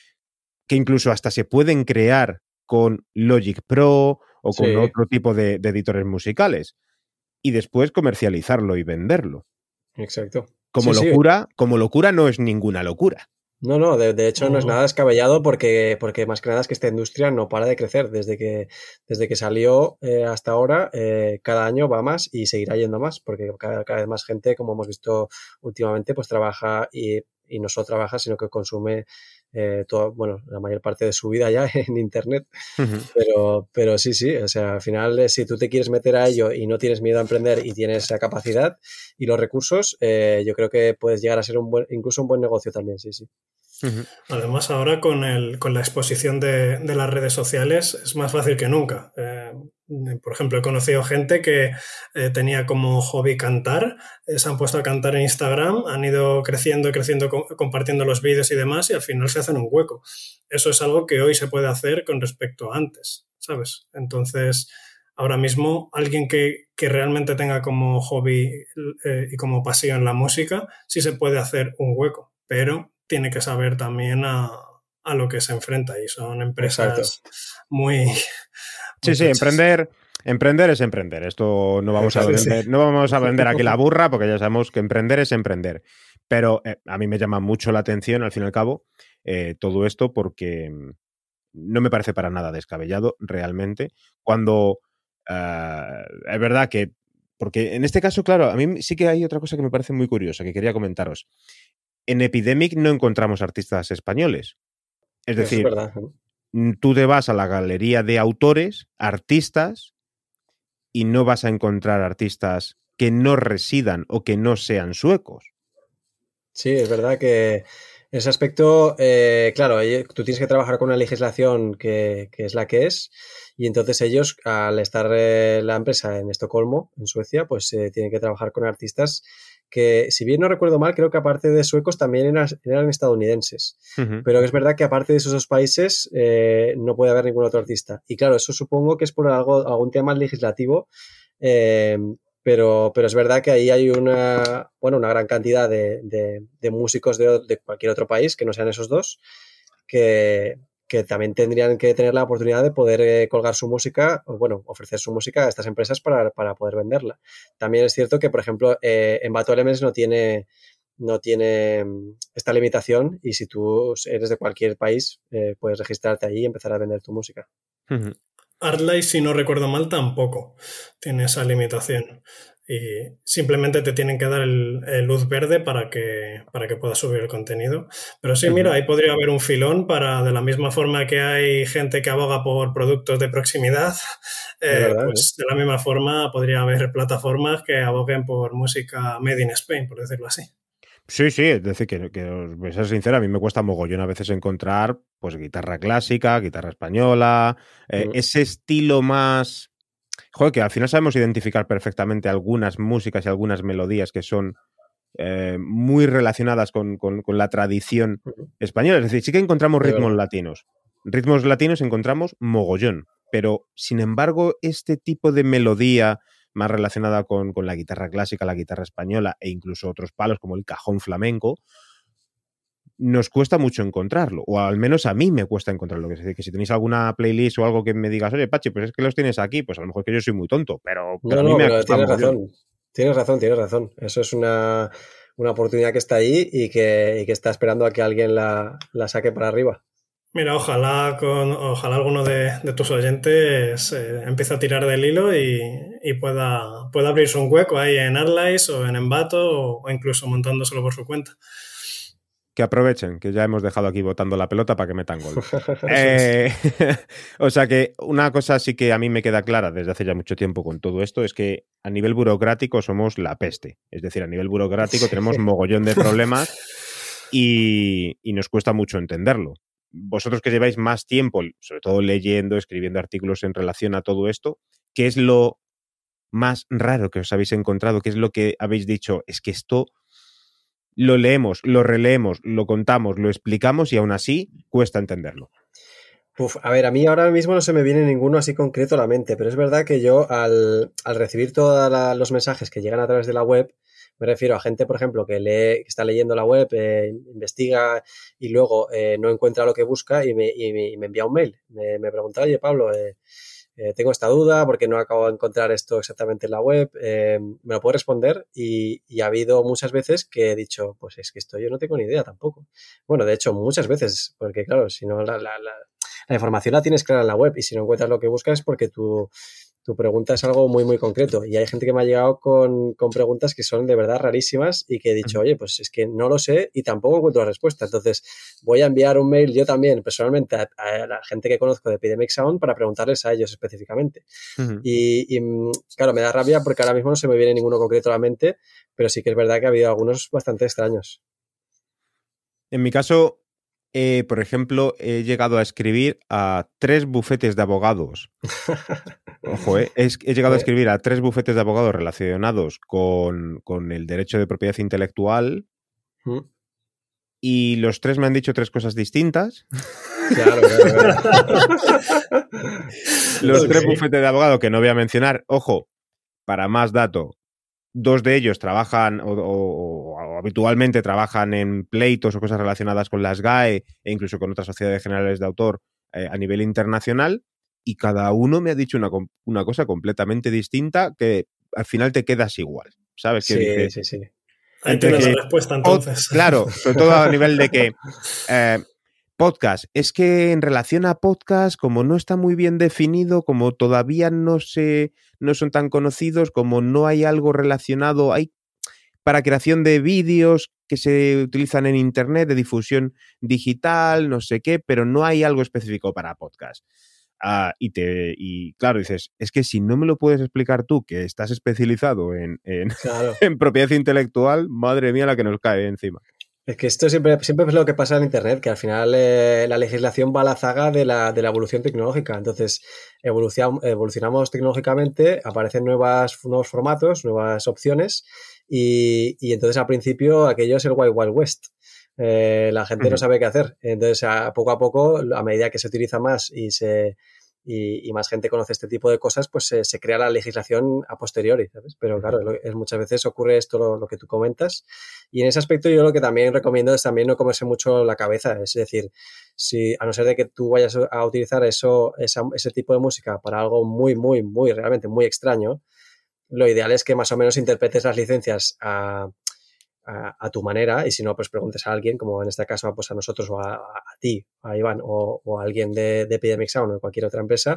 que incluso hasta se pueden crear con Logic Pro o con sí. otro tipo de, de editores musicales y después comercializarlo y venderlo. Exacto. Como sí, locura, sí. como locura no es ninguna locura. No, no, de, de hecho no. no es nada descabellado porque, porque más que nada es que esta industria no para de crecer. Desde que, desde que salió eh, hasta ahora, eh, cada año va más y seguirá yendo más porque cada, cada vez más gente, como hemos visto últimamente, pues trabaja y, y no solo trabaja, sino que consume Eh, todo, bueno, la mayor parte de su vida ya en internet, uh-huh. pero, pero sí, sí, o sea, al final si tú te quieres meter a ello y no tienes miedo a emprender y tienes la capacidad y los recursos, eh, yo creo que puedes llegar a ser un buen, incluso un buen negocio también, sí, sí. Uh-huh. Además, ahora con, el, con la exposición de, de las redes sociales es más fácil que nunca. Eh, por ejemplo, he conocido gente que eh, tenía como hobby cantar, eh, se han puesto a cantar en Instagram, han ido creciendo y creciendo, co- compartiendo los vídeos y demás, y al final se hacen un hueco. Eso es algo que hoy se puede hacer con respecto a antes, ¿sabes? Entonces, ahora mismo, alguien que, que realmente tenga como hobby eh, y como pasión la música, sí se puede hacer un hueco, pero tiene que saber también a, a lo que se enfrenta y son empresas Exacto. muy... Sí, sí, emprender, emprender es emprender. Esto no vamos, a vender, no vamos a vender aquí la burra porque ya sabemos que emprender es emprender. Pero eh, a mí me llama mucho la atención, al fin y al cabo, eh, todo esto porque no me parece para nada descabellado realmente. Cuando uh, es verdad que... Porque en este caso, claro, a mí sí que hay otra cosa que me parece muy curiosa que quería comentaros. En Epidemic no encontramos artistas españoles. Es decir, es verdad. tú te vas a la galería de autores, artistas, y no vas a encontrar artistas que no residan o que no sean suecos. Sí, es verdad que en ese aspecto, eh, claro, tú tienes que trabajar con una legislación que, que es la que es, y entonces ellos, al estar eh, la empresa en Estocolmo, en Suecia, pues eh, tienen que trabajar con artistas que, si bien no recuerdo mal, creo que aparte de suecos también eran, eran estadounidenses. Uh-huh. Pero es verdad que aparte de esos dos países eh, no puede haber ningún otro artista. Y claro, eso supongo que es por algo, algún tema legislativo, eh, pero, pero es verdad que ahí hay una, bueno, una gran cantidad de, de, de músicos de, de cualquier otro país que no sean esos dos, que, que también tendrían que tener la oportunidad de poder eh, colgar su música, o bueno, ofrecer su música a estas empresas para, para poder venderla. También es cierto que, por ejemplo, eh, Envato Elements no tiene, no tiene esta limitación, y si tú eres de cualquier país, eh, puedes registrarte allí y empezar a vender tu música. Uh-huh. Artlist, si no recuerdo mal, tampoco tiene esa limitación. Y simplemente te tienen que dar el, el luz verde para que, para que puedas subir el contenido. Pero sí, mira, ahí podría haber un filón para, de la misma forma que hay gente que aboga por productos de proximidad, eh, verdad, pues ¿eh? De la misma forma podría haber plataformas que aboguen por música made in Spain, por decirlo así. Sí, sí, es decir, que, que voy a ser sincero, a mí me cuesta mogollón a veces encontrar pues guitarra clásica, guitarra española, eh, uh-huh. ese estilo más... Joder, que al final sabemos identificar perfectamente algunas músicas y algunas melodías que son eh, muy relacionadas con, con, con la tradición uh-huh. española. Es decir, sí que encontramos ritmos bueno. latinos. Ritmos latinos encontramos mogollón, pero sin embargo este tipo de melodía más relacionada con, con la guitarra clásica, la guitarra española e incluso otros palos como el cajón flamenco, nos cuesta mucho encontrarlo, o al menos a mí me cuesta encontrarlo. Es decir, que si tenéis alguna playlist o algo que me digas, oye, Pachi, pues es que los tienes aquí, pues a lo mejor que yo soy muy tonto, pero, pero no, a mí no, me pero tienes razón, tienes razón, tienes razón. Eso es una, una oportunidad que está ahí y que, y que está esperando a que alguien la, la saque para arriba. Mira, ojalá con, ojalá alguno de, de tus oyentes eh, empiece a tirar del hilo y, y pueda, pueda abrirse un hueco ahí en Artlist o en Envato o, o incluso montándoselo por su cuenta. Que aprovechen, que ya hemos dejado aquí botando la pelota para que metan gol. eh, o sea que una cosa sí que a mí me queda clara desde hace ya mucho tiempo con todo esto es que a nivel burocrático somos la peste. Es decir, a nivel burocrático tenemos mogollón de problemas y, y nos cuesta mucho entenderlo. Vosotros que lleváis más tiempo, sobre todo leyendo, escribiendo artículos en relación a todo esto, ¿qué es lo más raro que os habéis encontrado? ¿Qué es lo que habéis dicho? Es que esto lo leemos, lo releemos, lo contamos, lo explicamos y aún así cuesta entenderlo. Uf, a ver, a mí ahora mismo no se me viene ninguno así concreto a la mente, pero es verdad que yo al, al recibir todos los mensajes que llegan a través de la web, me refiero a gente, por ejemplo, que lee, que está leyendo la web, eh, investiga y luego eh, no encuentra lo que busca y me, y me, y me envía un mail. Me, me pregunta, oye, Pablo, eh, eh, tengo esta duda porque no acabo de encontrar esto exactamente en la web. Eh, ¿me lo puedo responder? Y, y ha habido muchas veces que he dicho, pues es que esto yo no tengo ni idea tampoco. Bueno, de hecho, muchas veces, porque claro, si no, la, la, la, la información la tienes clara en la web y si no encuentras lo que buscas es porque tú... Tu pregunta es algo muy, muy concreto y hay gente que me ha llegado con, con preguntas que son de verdad rarísimas y que he dicho, oye, pues es que no lo sé y tampoco encuentro la respuesta. Entonces voy a enviar un mail yo también personalmente a, a la gente que conozco de Epidemic Sound para preguntarles a ellos específicamente. Uh-huh. Y, y claro, me da rabia porque ahora mismo no se me viene ninguno concreto a la mente, pero sí que es verdad que ha habido algunos bastante extraños. En mi caso... Eh, por ejemplo, he llegado a escribir a tres bufetes de abogados. Ojo, eh, he, he llegado a escribir a tres bufetes de abogados relacionados con, con el derecho de propiedad intelectual ¿Mm? Y los tres me han dicho tres cosas distintas. Claro, claro, claro. Los Okay. tres bufetes de abogados que no voy a mencionar, ojo, para más dato, dos de ellos trabajan o, o, o habitualmente trabajan en pleitos o cosas relacionadas con las G A E e incluso con otras sociedades generales de autor eh, a nivel internacional, y cada uno me ha dicho una, una cosa completamente distinta que al final te quedas igual, ¿sabes? Sí, que dice, sí, sí. Ahí tienes la respuesta entonces. Pod, claro, sobre todo a nivel de que eh, podcast, es que en relación a podcast, como no está muy bien definido, como todavía no se, no son tan conocidos, como no hay algo relacionado, hay para creación de vídeos que se utilizan en internet, de difusión digital, no sé qué, pero no hay algo específico para podcast. Uh, y, te, y claro, dices, es que si no me lo puedes explicar tú, que estás especializado en, en, claro. en propiedad intelectual, madre mía la que nos cae encima. Es que esto siempre, siempre es lo que pasa en Internet, que al final eh, la legislación va a la zaga de la, de la evolución tecnológica. Entonces, evolucionamos, evolucionamos tecnológicamente, aparecen nuevas, nuevos formatos, nuevas opciones, y, y entonces al principio aquello es el Wild Wild West. Eh, la gente uh-huh. no sabe qué hacer. Entonces, a poco a poco, a medida que se utiliza más y se y, y más gente conoce este tipo de cosas, pues se, se crea la legislación a posteriori, ¿sabes? Pero claro, es, muchas veces ocurre esto, lo, lo que tú comentas. Y en ese aspecto yo lo que también recomiendo es también no comerse mucho la cabeza. Es decir, si a no ser de que tú vayas a utilizar eso, esa, ese tipo de música para algo muy, muy, muy, realmente muy extraño, lo ideal es que más o menos interpretes las licencias a... A, a tu manera, y si no, pues preguntes a alguien, como en este caso pues a nosotros o a, a, a ti, a Iván o, o a alguien de, de Epidemic Sound o de cualquier otra empresa,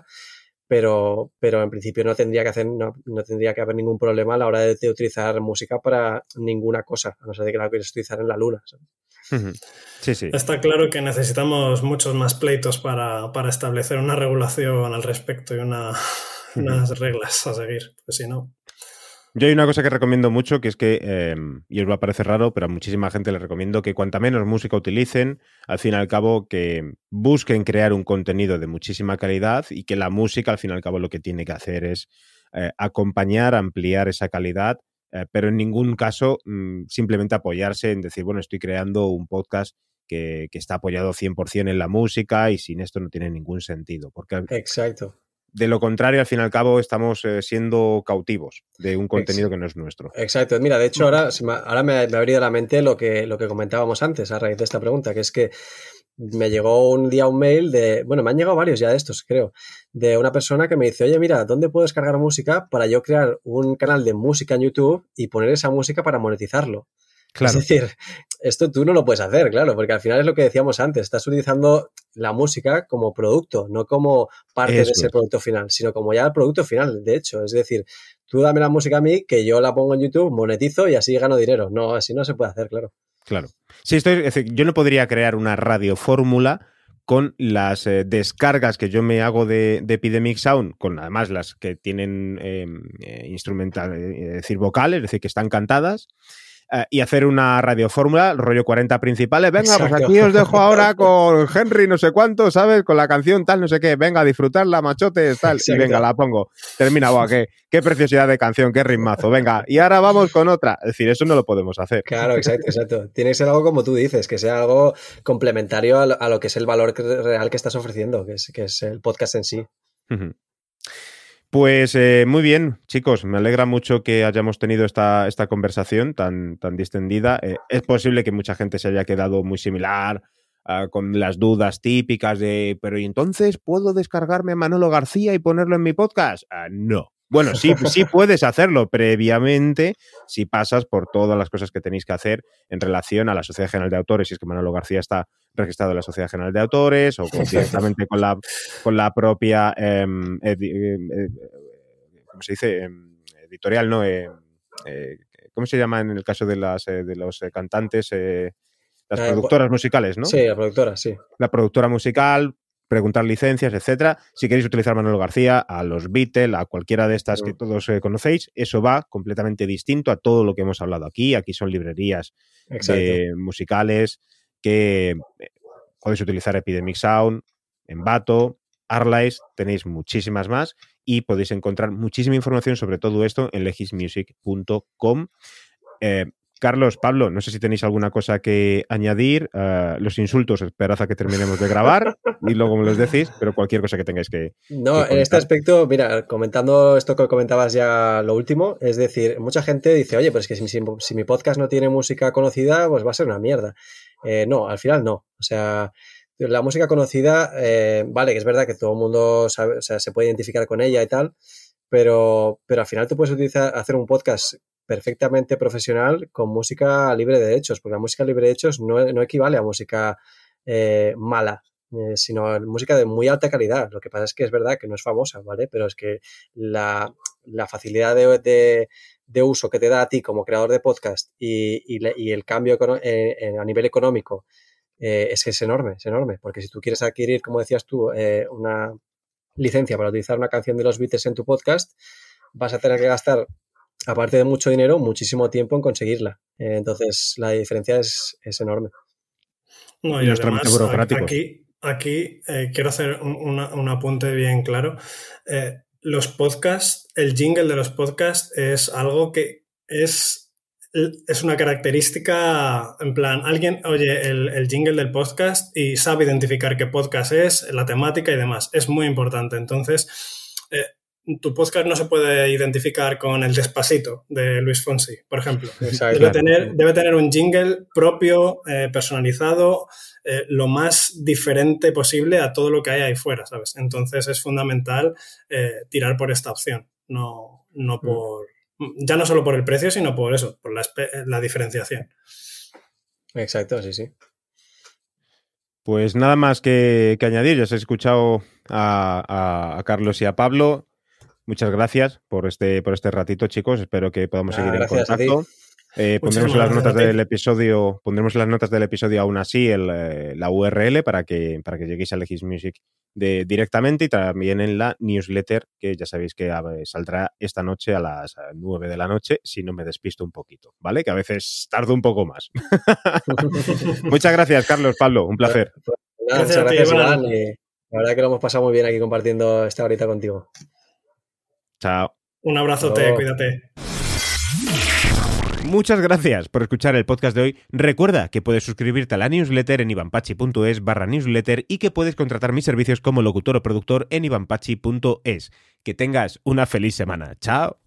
pero, pero en principio no tendría que hacer, no, no tendría que haber ningún problema a la hora de, de utilizar música para ninguna cosa, a no ser de que la quieras utilizar en la luna, ¿sabes? Sí, sí. Está claro que necesitamos muchos más pleitos para, para establecer una regulación al respecto y una, unas reglas a seguir, pues si no... Yo hay una cosa que recomiendo mucho, que es que, eh, y os va a parecer raro, pero a muchísima gente les recomiendo que cuanta menos música utilicen, al fin y al cabo que busquen crear un contenido de muchísima calidad y que la música, al fin y al cabo, lo que tiene que hacer es eh, acompañar, ampliar esa calidad, eh, pero en ningún caso mmm, simplemente apoyarse en decir, bueno, estoy creando un podcast que, que está apoyado cien por ciento en la música y sin esto no tiene ningún sentido. Porque Exacto. De lo contrario, al fin y al cabo, estamos eh, siendo cautivos de un contenido que no es nuestro. Exacto. Mira, de hecho, ahora, ahora me, me ha venido a la mente lo que, lo que comentábamos antes a raíz de esta pregunta, que es que me llegó un día un mail de, bueno, me han llegado varios ya de estos, creo, de una persona que me dice, oye, mira, ¿dónde puedo descargar música para yo crear un canal de música en YouTube y poner esa música para monetizarlo? Claro. Es decir, esto tú no lo puedes hacer, claro, porque al final es lo que decíamos antes, estás utilizando la música como producto, no como parte Eso de ese es. producto final, sino como ya el producto final, de hecho. Es decir, tú dame la música a mí, que yo la pongo en YouTube, monetizo y así gano dinero. No, así no se puede hacer, claro. Claro. Sí, esto es, es decir, yo no podría crear una radiofórmula con las eh, descargas que yo me hago de, de Epidemic Sound, con además las que tienen eh, eh, instrumental, eh, es decir, vocales, es decir, que están cantadas, Uh, y hacer una radiofórmula, rollo cuarenta principales. Venga, Exacto. Pues aquí os dejo ahora con Henry no sé cuánto, ¿sabes? Con la canción tal, no sé qué. Venga, a disfrutarla, machotes, tal. Exacto. Y venga, la pongo. Termina, guau, qué, qué preciosidad de canción, qué ritmazo. Venga, y ahora vamos con otra. Es decir, eso no lo podemos hacer. Claro, exacto, exacto. Tiene que ser algo como tú dices, que sea algo complementario a lo, a lo que es el valor real que estás ofreciendo, que es, que es el podcast en sí. Uh-huh. Pues eh, muy bien, chicos, me alegra mucho que hayamos tenido esta, esta conversación tan, tan distendida. Eh, es posible que mucha gente se haya quedado muy similar uh, con las dudas típicas de, pero ¿y entonces puedo descargarme a Manolo García y ponerlo en mi podcast? Uh, no. Bueno, sí, sí puedes hacerlo previamente si pasas por todas las cosas que tenéis que hacer en relación a la Sociedad General de Autores, si es que Manolo García está registrado en la Sociedad General de Autores o con, directamente con la, con la propia, eh, edi, eh, ¿cómo se dice? Eh, editorial, ¿no? Eh, eh, ¿Cómo se llama en el caso de, las, eh, de los eh, cantantes? Eh, las eh, productoras musicales, ¿no? Sí, la productora, sí. La productora musical, preguntar licencias, etcétera. Si queréis utilizar Manolo García, a los Beatles, a cualquiera de estas que todos eh, conocéis, eso va completamente distinto a todo lo que hemos hablado aquí. Aquí son librerías eh, musicales que eh, podéis utilizar Epidemic Sound, Envato, Arlight, tenéis muchísimas más y podéis encontrar muchísima información sobre todo esto en legismusic punto com. Eh, Carlos, Pablo, no sé si tenéis alguna cosa que añadir. Uh, los insultos, esperad a que terminemos de grabar y luego me los decís, pero cualquier cosa que tengáis que... No, que en este aspecto, mira, comentando esto que comentabas ya lo último, es decir, mucha gente dice, oye, pero es que si, si, si mi podcast no tiene música conocida, pues va a ser una mierda. Eh, no, al final no. O sea, la música conocida, eh, vale, que es verdad que todo el mundo sabe, o sea, se puede identificar con ella y tal, pero, pero al final tú puedes utilizar, hacer un podcast perfectamente profesional con música libre de derechos, porque la música libre de derechos no, no equivale a música eh, mala, eh, sino a música de muy alta calidad. Lo que pasa es que es verdad que no es famosa, ¿vale? Pero es que la, la facilidad de, de, de uso que te da a ti como creador de podcast y, y, y el cambio eh, eh, a nivel económico eh, es que es enorme, es enorme, porque si tú quieres adquirir, como decías tú, eh, una... licencia para utilizar una canción de los Beatles en tu podcast, vas a tener que gastar, aparte de mucho dinero, muchísimo tiempo en conseguirla. Eh, entonces, la diferencia es, es enorme. No, y, y además, aquí, aquí eh, quiero hacer un, una, un apunte bien claro. Eh, los podcasts, el jingle de los podcasts es algo que es... Es una característica, en plan, alguien oye el, el jingle del podcast y sabe identificar qué podcast es, la temática y demás. Es muy importante. Entonces, eh, tu podcast no se puede identificar con el Despacito de Luis Fonsi, por ejemplo. Exacto. Debe tener, debe tener un jingle propio, eh, personalizado, eh, lo más diferente posible a todo lo que hay ahí fuera, ¿sabes? Entonces, es fundamental eh, tirar por esta opción, no, no por... Mm. Ya no solo por el precio, sino por eso, por la, la diferenciación. Exacto, sí, sí. Pues nada más que, que añadir. Ya os he escuchado a, a, a Carlos y a Pablo. Muchas gracias por este, por este ratito, chicos. Espero que podamos ah, seguir en contacto. Eh, pondremos en las notas del episodio, pondremos en las notas del episodio aún así el, eh, la U R L para que, para que lleguéis a Legis Music de, directamente, y también en la newsletter, que ya sabéis que ver, saldrá esta noche a las nueve de la noche, si no me despisto un poquito, ¿vale? Que a veces tardo un poco más. Muchas gracias, Carlos, Pablo, un placer. Pues, nada, gracias, muchas gracias, Iván. Iván, y la verdad que lo hemos pasado muy bien aquí compartiendo esta horita contigo. Chao. Un abrazote, oh. Cuídate. Muchas gracias por escuchar el podcast de hoy. Recuerda que puedes suscribirte a la newsletter en ivanpachi.es barra newsletter y que puedes contratar mis servicios como locutor o productor en ivanpachi punto es. Que tengas una feliz semana. ¡Chao!